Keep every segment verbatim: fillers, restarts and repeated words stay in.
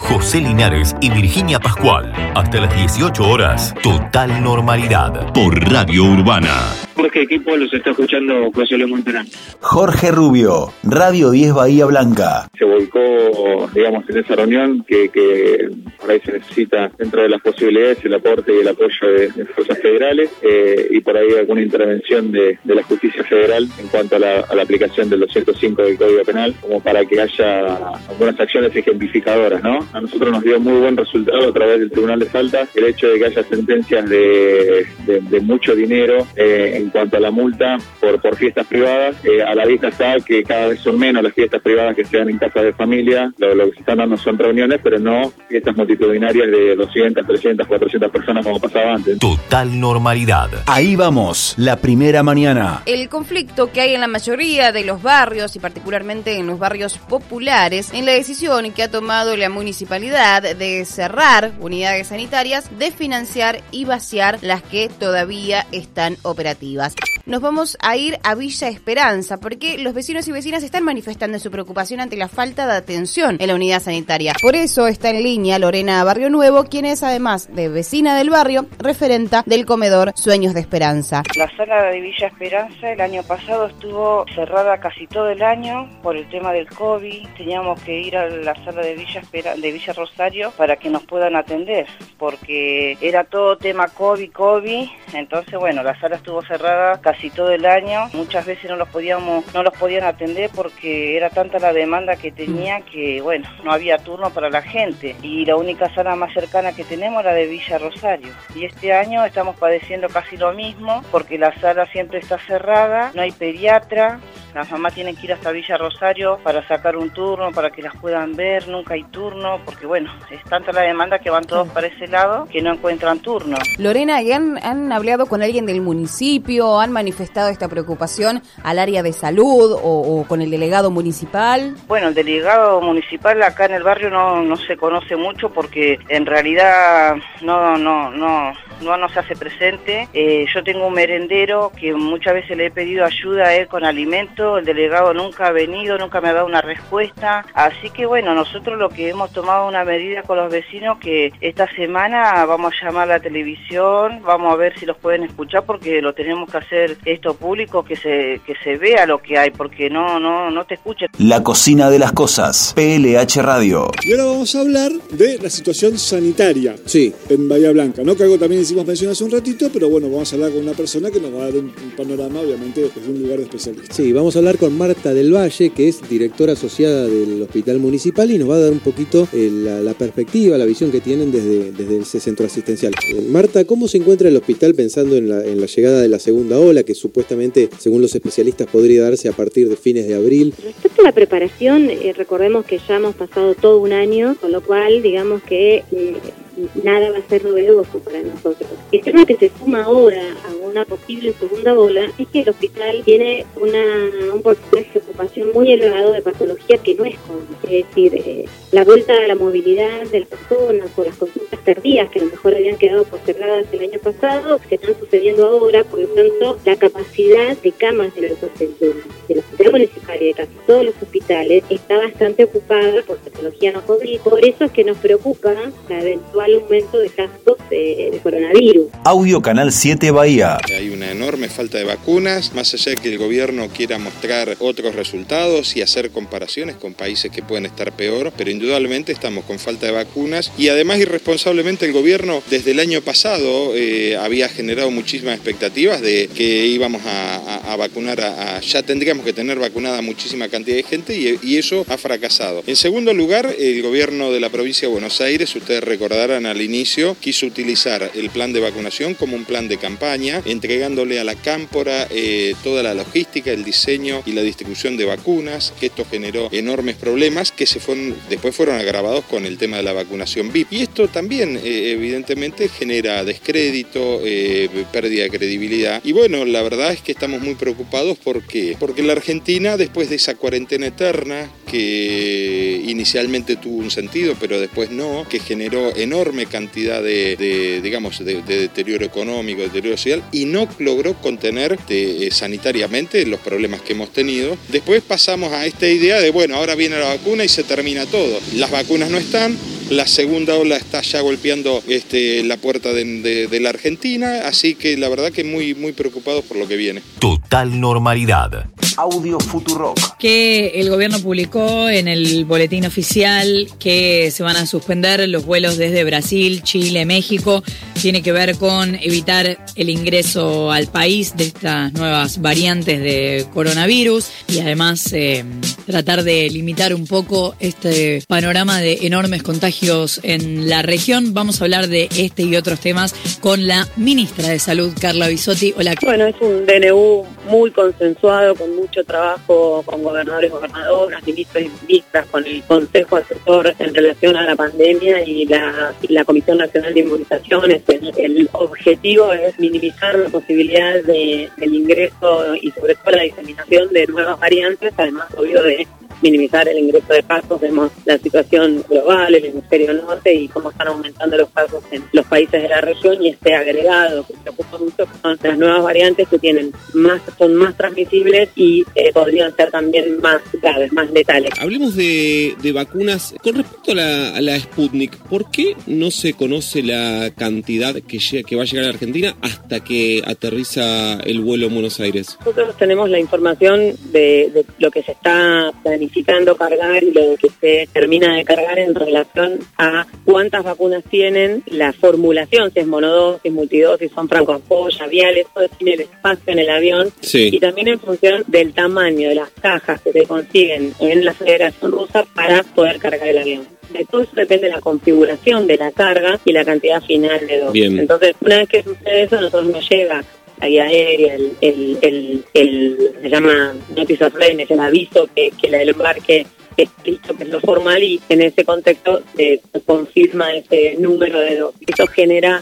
José Linares y Virginia Pascual. Hasta las dieciocho horas, total normalidad. Por Radio Urbana. Jorge Equipo los está escuchando José Luis Monterán. Jorge Rubio, Radio diez Bahía Blanca. Se volcó, digamos, en esa reunión que, que por ahí se necesita, dentro de las posibilidades, el aporte y el apoyo de, de fuerzas federales eh, y por ahí alguna intervención de, de la justicia federal en cuanto a la, a la aplicación del doscientos cinco del Código Penal, como para que haya algunas acciones ejemplificadoras, ¿no? A nosotros nos dio muy buen resultado a través del Tribunal de Salta el hecho de que haya sentencias de, de, de mucho dinero eh, en cuanto a la multa por, por fiestas privadas. Eh, a la vista está que cada vez son menos las fiestas privadas que se dan en casas de familia. Lo, lo que se están dando son reuniones, pero no fiestas multitudinarias de doscientas, trescientas, cuatrocientas personas como pasaba antes. Total normalidad. Ahí vamos, la primera mañana. El conflicto que hay en la mayoría de los barrios y particularmente en los barrios populares en la decisión que ha tomado la municipalidad de cerrar unidades sanitarias, de financiar y vaciar las que todavía están operativas. Nos vamos a ir a Villa Esperanza porque los vecinos y vecinas están manifestando su preocupación ante la falta de atención en la unidad sanitaria. Por eso está en línea Lorena Barrio Nuevo, quien es además de vecina del barrio, referenta del comedor Sueños de Esperanza. La sala de Villa Esperanza el año pasado estuvo cerrada casi todo el año por el tema del COVID. Teníamos que ir a la sala de Villa Espera- de Villa Rosario para que nos puedan atender, porque era todo tema COVID, COVID. Entonces, bueno, la sala estuvo cerrada casi todo el año. Muchas veces no los podíamos, no los podían atender porque era tanta la demanda que tenía que, bueno, no había turno para la gente. Y la única sala más cercana que tenemos es la de Villa Rosario. Y este año estamos padeciendo casi lo mismo porque la sala siempre está cerrada, no hay pediatra. Las mamás tienen que ir hasta Villa Rosario para sacar un turno, para que las puedan ver, nunca hay turno, porque bueno, es tanta la demanda que van todos para ese lado que no encuentran turno. Lorena, ¿y han, han hablado con alguien del municipio? ¿Han manifestado esta preocupación al área de salud o, o con el delegado municipal? Bueno, el delegado municipal acá en el barrio no, no se conoce mucho porque en realidad no, no, no, no nos hace presente. Eh, yo tengo un merendero que muchas veces le he pedido ayuda a él con alimentos. El delegado nunca ha venido, nunca me ha dado una respuesta, así que bueno, nosotros lo que hemos tomado una medida con los vecinos que esta semana vamos a llamar a la televisión, vamos a ver si los pueden escuchar porque lo tenemos que hacer esto público, que se que se vea lo que hay, porque no no no te escuchan. La cocina de las cosas, P L H Radio. Y ahora vamos a hablar de la situación sanitaria, sí, en Bahía Blanca, ¿no? Que algo también hicimos mención hace un ratito, pero bueno, vamos a hablar con una persona que nos va a dar un, un panorama, obviamente, desde un lugar de especialista. Sí, vamos a hablar con Marta del Valle, que es directora asociada del Hospital Municipal y nos va a dar un poquito eh, la, la perspectiva, la visión que tienen desde, desde ese centro asistencial. Eh, Marta, ¿cómo se encuentra el hospital pensando en la, en la llegada de la segunda ola, que supuestamente, según los especialistas, podría darse a partir de fines de abril? Respecto a la preparación, eh, recordemos que ya hemos pasado todo un año, con lo cual, digamos que eh, nada va a ser novedoso para nosotros. El tema que se suma ahora a una posible segunda ola es que el hospital tiene una, un porcentaje de ocupación muy elevado de patología que no es común. Es decir, eh, la vuelta a la movilidad de las personas o las consultas tardías que a lo mejor habían quedado postergadas el año pasado, que están sucediendo ahora. Por lo tanto, la capacidad de camas de los hospitales, del Hospital Municipal y de casi todos los hospitales está bastante ocupada por patología no COVID. Por eso es que nos preocupa la eventual aumento de casos de, de coronavirus. Audio Canal siete Bahía. Hay una enorme falta de vacunas, más allá de que el gobierno quiera mostrar otros resultados y hacer comparaciones con países que pueden estar peor, pero indudablemente estamos con falta de vacunas y además irresponsablemente el gobierno desde el año pasado eh, había generado muchísimas expectativas de que íbamos a, a, a vacunar, a, a, ya tendríamos que tener vacunada muchísima cantidad de gente y, y eso ha fracasado. En segundo lugar, el gobierno de la provincia de Buenos Aires, ustedes recordarán al inicio, quiso utilizar el plan de vacunación como un plan de campaña, entregándole a la cámpora eh, toda la logística, el diseño y la distribución de vacunas, que esto generó enormes problemas que se fueron, después fueron agravados con el tema de la vacunación V I P. Y esto también eh, evidentemente genera descrédito, eh, pérdida de credibilidad. Y bueno, la verdad es que estamos muy preocupados. ¿Por qué? Porque la Argentina, después de esa cuarentena eterna, que inicialmente tuvo un sentido, pero después no, que generó enorme cantidad de, de digamos, de, de deterioro económico, deterioro social, y no logró contener de, eh, sanitariamente los problemas que hemos tenido. Después pasamos a esta idea de, bueno, ahora viene la vacuna y se termina todo. Las vacunas no están, La segunda ola está ya golpeando este, la puerta de, de, de la Argentina, así que la verdad que muy, muy preocupados por lo que viene. Total normalidad. Audio Futurock. Que el gobierno publicó en el boletín oficial que se van a suspender los vuelos desde Brasil, Chile, México. Tiene que ver con evitar el ingreso al país de estas nuevas variantes de coronavirus y además eh, tratar de limitar un poco este panorama de enormes contagios en la región. Vamos a hablar de este y otros temas con la ministra de Salud, Carla Bisotti. Hola. Bueno, es un D N U muy consensuado, con mucho trabajo con gobernadores, gobernadoras, ministros y ministras, con el Consejo Asesor en relación a la pandemia y la, y la Comisión Nacional de Inmunizaciones. El, el objetivo es minimizar la posibilidad de, del ingreso y sobre todo la diseminación de nuevas variantes, además obvio de minimizar el ingreso de casos. Vemos la situación global, el hemisferio norte y cómo están aumentando los casos en los países de la región, y este agregado que preocupa mucho que son las nuevas variantes que tienen más, son más transmisibles y eh, podrían ser también más graves, más letales. Hablemos de, de vacunas. Con respecto a la, a la Sputnik, ¿por qué no se conoce la cantidad que, llega, que va a llegar a la Argentina hasta que aterriza el vuelo en Buenos Aires? Nosotros tenemos la información de, de lo que se está planificando cargar y lo que se termina de cargar en relación a cuántas vacunas tienen, la formulación, si es monodosis, multidosis, son francoampolla, vial, eso define el espacio en el avión. Sí. Y también en función del tamaño de las cajas que se consiguen en la Federación Rusa para poder cargar el avión. De todo eso depende la configuración de la carga y la cantidad final de dosis. Bien. Entonces, una vez que sucede eso, nosotros nos llega la guía aérea, el, el, el, el, se llama Notice of Readiness, el aviso que, que el embarque es listo, que es lo formal, y en ese contexto se confirma ese número de dosis. Eso genera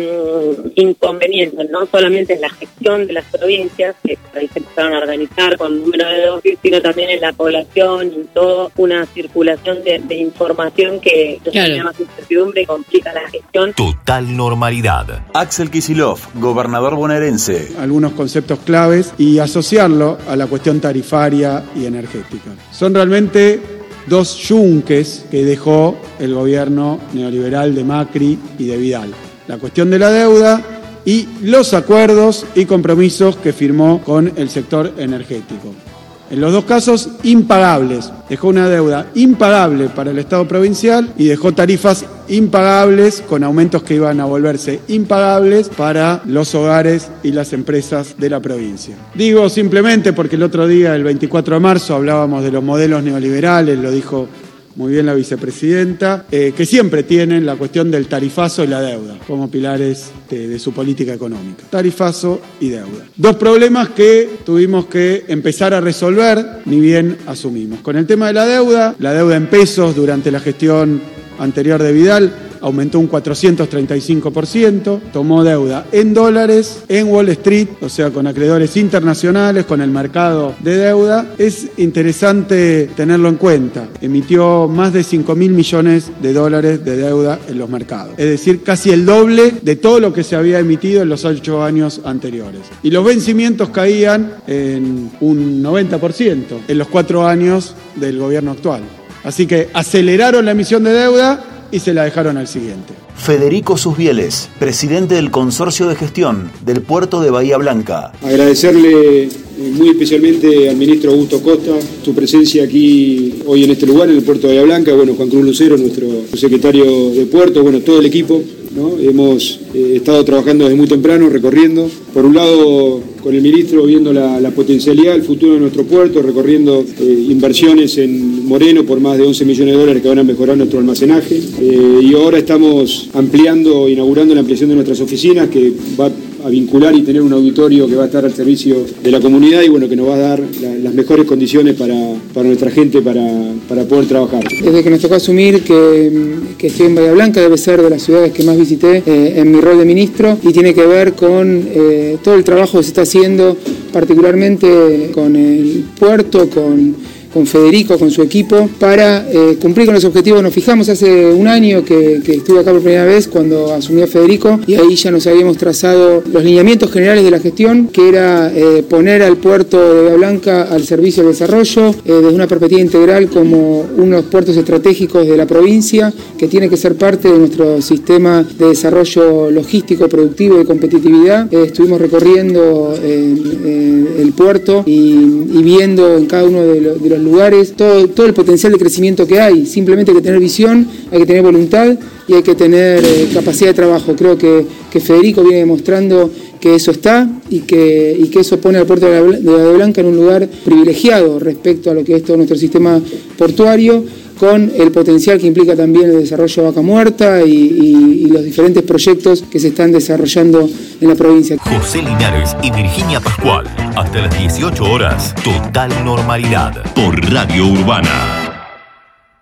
un inconveniente, no solamente en la gestión de las provincias, que por ahí se empezaron a organizar con número de dosis, sino también en la población y toda una circulación de, de información que claro. genera más incertidumbre y complica la gestión. Total normalidad. Axel Kicillof, gobernador bonaerense. Algunos conceptos claves y asociarlo a la cuestión tarifaria y energética. Son realmente dos yunques que dejó el gobierno neoliberal de Macri y de Vidal. La cuestión de la deuda y los acuerdos y compromisos que firmó con el sector energético. En los dos casos, impagables. Dejó una deuda impagable para el Estado provincial y dejó tarifas impagables con aumentos que iban a volverse impagables para los hogares y las empresas de la provincia. Digo simplemente porque el otro día, el veinticuatro de marzo, hablábamos de los modelos neoliberales, lo dijo muy bien la vicepresidenta, eh, que siempre tienen la cuestión del tarifazo y la deuda como pilares de, de su política económica. Tarifazo y deuda. Dos problemas que tuvimos que empezar a resolver, ni bien asumimos. Con el tema de la deuda, la deuda en pesos durante la gestión anterior de Vidal aumentó un cuatrocientos treinta y cinco por ciento, tomó deuda en dólares, en Wall Street, o sea, con acreedores internacionales, con el mercado de deuda. Es interesante tenerlo en cuenta. Emitió más de cinco mil millones de dólares de deuda en los mercados. Es decir, casi el doble de todo lo que se había emitido en los ocho años anteriores. Y los vencimientos caían en un noventa por ciento en los cuatro años del gobierno actual. Así que aceleraron la emisión de deuda y se la dejaron al siguiente. Federico Susbieles, presidente del Consorcio de Gestión del Puerto de Bahía Blanca. Agradecerle eh, muy especialmente al ministro Augusto Costa su presencia aquí hoy en este lugar, en el Puerto de Bahía Blanca. Bueno, Juan Cruz Lucero, nuestro secretario de Puerto, bueno, todo el equipo, ¿no? Hemos eh, estado trabajando desde muy temprano, recorriendo, por un lado con el ministro viendo la, la potencialidad, el futuro de nuestro puerto, recorriendo eh, inversiones en Moreno por más de once millones de dólares que van a mejorar nuestro almacenaje, eh, y ahora estamos ampliando, inaugurando la ampliación de nuestras oficinas, que va a vincular y tener un auditorio que va a estar al servicio de la comunidad y bueno, que nos va a dar la, las mejores condiciones para, para nuestra gente para, para poder trabajar. Desde que nos tocó asumir que, que estoy en Bahía Blanca, debe ser de las ciudades que más visité eh, en mi rol de ministro, y tiene que ver con eh, todo el trabajo que se está haciendo particularmente con el puerto, con con Federico, con su equipo, para eh, cumplir con los objetivos que nos fijamos hace un año que, que estuve acá por primera vez cuando asumió Federico, y ahí ya nos habíamos trazado los lineamientos generales de la gestión, que era eh, poner al puerto de Bahía Blanca al servicio del desarrollo, eh, desde una perspectiva integral como uno de los puertos estratégicos de la provincia, que tiene que ser parte de nuestro sistema de desarrollo logístico, productivo y de competitividad. Eh, estuvimos recorriendo eh, eh, el puerto y, y viendo en cada uno de, lo, de los lugares todo, todo el potencial de crecimiento que hay. Simplemente hay que tener visión, hay que tener voluntad y hay que tener eh, capacidad de trabajo. Creo que, que Federico viene demostrando que eso está y que, y que eso pone al puerto de Bahía Blanca en un lugar privilegiado respecto a lo que es todo nuestro sistema portuario, con el potencial que implica también el desarrollo de Vaca Muerta y, y, y los diferentes proyectos que se están desarrollando en la provincia. José Linares y Virginia Pascual, hasta las dieciocho horas, total normalidad, por Radio Urbana.